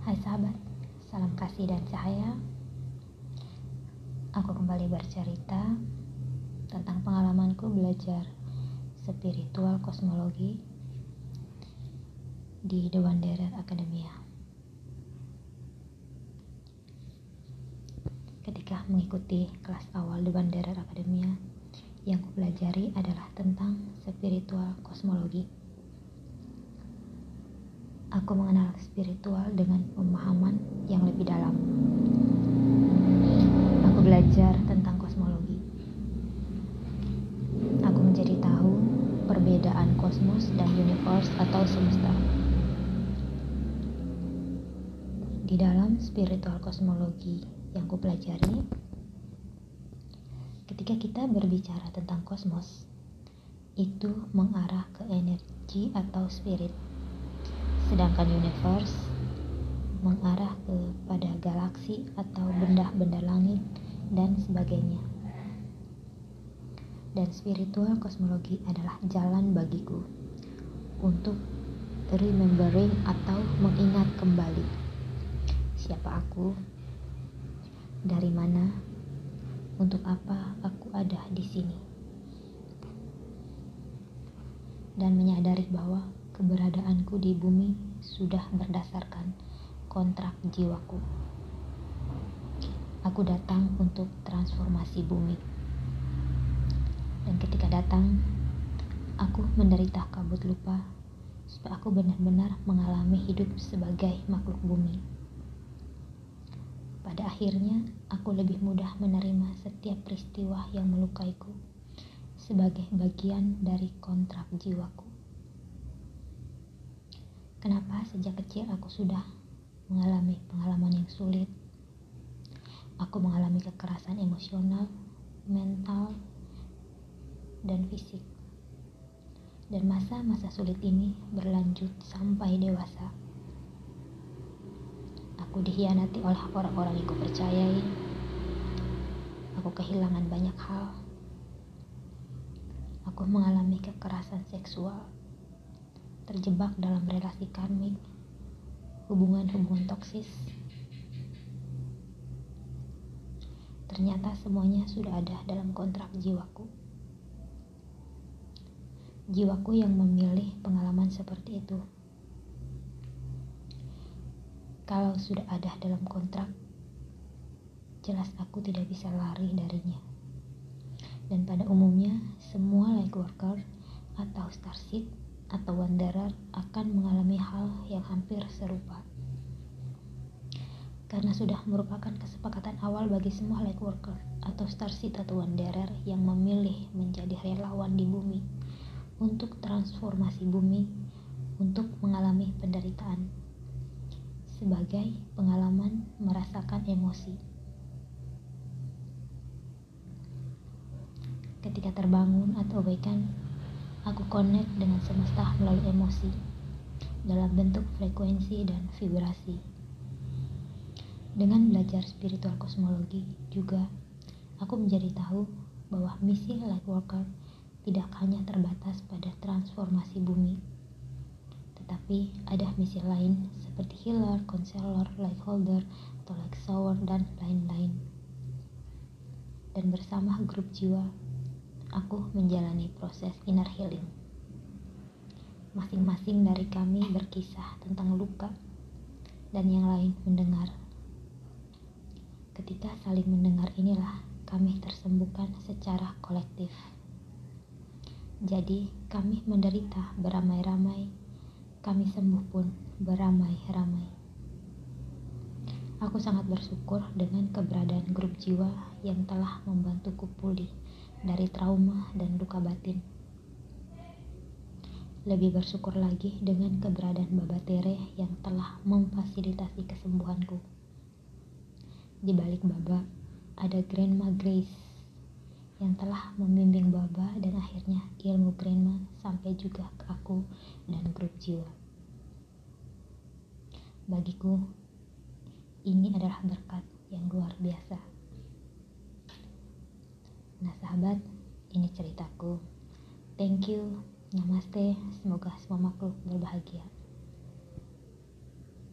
Hai sahabat, salam kasih dan cahaya. Aku kembali bercerita tentang pengalamanku belajar spiritual kosmologi di The Wanderer Academia. Ketika mengikuti kelas awal The Wanderer Academia, yang kupelajari adalah tentang spiritual kosmologi. Aku mengenal spiritual dengan pemahaman yang lebih dalam. Aku belajar tentang kosmologi. Aku menjadi tahu perbedaan kosmos dan universe atau semesta. Di dalam spiritual kosmologi yang kupelajari, ketika kita berbicara tentang kosmos, itu mengarah ke energi atau spirit. Sedangkan universe mengarah kepada galaksi atau benda-benda langit dan sebagainya. Dan spiritual kosmologi adalah jalan bagiku untuk remembering atau mengingat kembali siapa aku, dari mana, untuk apa aku ada di sini, dan menyadari bahwa keberadaanku di bumi sudah berdasarkan kontrak jiwaku. Aku datang untuk transformasi bumi. Dan ketika datang, aku menderita kabut lupa supaya aku benar-benar mengalami hidup sebagai makhluk bumi. Pada akhirnya, aku lebih mudah menerima setiap peristiwa yang melukaiku sebagai bagian dari kontrak jiwaku. Kenapa sejak kecil aku sudah mengalami pengalaman yang sulit? Aku mengalami kekerasan emosional, mental, dan fisik. Dan masa-masa sulit ini berlanjut sampai dewasa. Aku dikhianati oleh orang-orang yang kupercayai. Aku kehilangan banyak hal. Aku mengalami kekerasan seksual, terjebak dalam relasi karmik, hubungan-hubungan toksis. Ternyata semuanya sudah ada dalam kontrak jiwaku. Jiwaku yang memilih pengalaman seperti itu. Kalau sudah ada dalam kontrak, jelas aku tidak bisa lari darinya. Dan pada umumnya, semua light worker atau starseed atau wanderer akan mengalami hal yang hampir serupa. Karena sudah merupakan kesepakatan awal bagi semua light worker atau starseed atau wanderer yang memilih menjadi relawan di bumi untuk transformasi bumi, untuk mengalami penderitaan sebagai pengalaman merasakan emosi. Ketika terbangun atau awaken, aku connect dengan semesta melalui emosi dalam bentuk frekuensi dan vibrasi. Dengan belajar spiritual kosmologi juga, aku menjadi tahu bahwa misi light worker tidak hanya terbatas pada transformasi bumi, tetapi ada misi lain seperti healer, counselor, light holder, atau light shower, dan lain-lain. Dan bersama grup jiwa, aku menjalani proses inner healing. Masing-masing dari kami berkisah tentang luka, dan yang lain mendengar. Ketika saling mendengar inilah kami tersembuhkan secara kolektif. Jadi kami menderita beramai-ramai, kami sembuh pun beramai-ramai. Aku sangat bersyukur dengan keberadaan grup jiwa yang telah membantuku pulih dari trauma dan luka batin. Lebih bersyukur lagi dengan keberadaan Baba Tere yang telah memfasilitasi kesembuhanku. Di balik Baba ada Grandma Grace yang telah membimbing Baba, dan akhirnya ilmu Grandma sampai juga ke aku dan grup jiwa. Bagiku, ini adalah berkat yang luar biasa. Nah sahabat, ini ceritaku. Thank you, namaste, semoga semua makhluk berbahagia.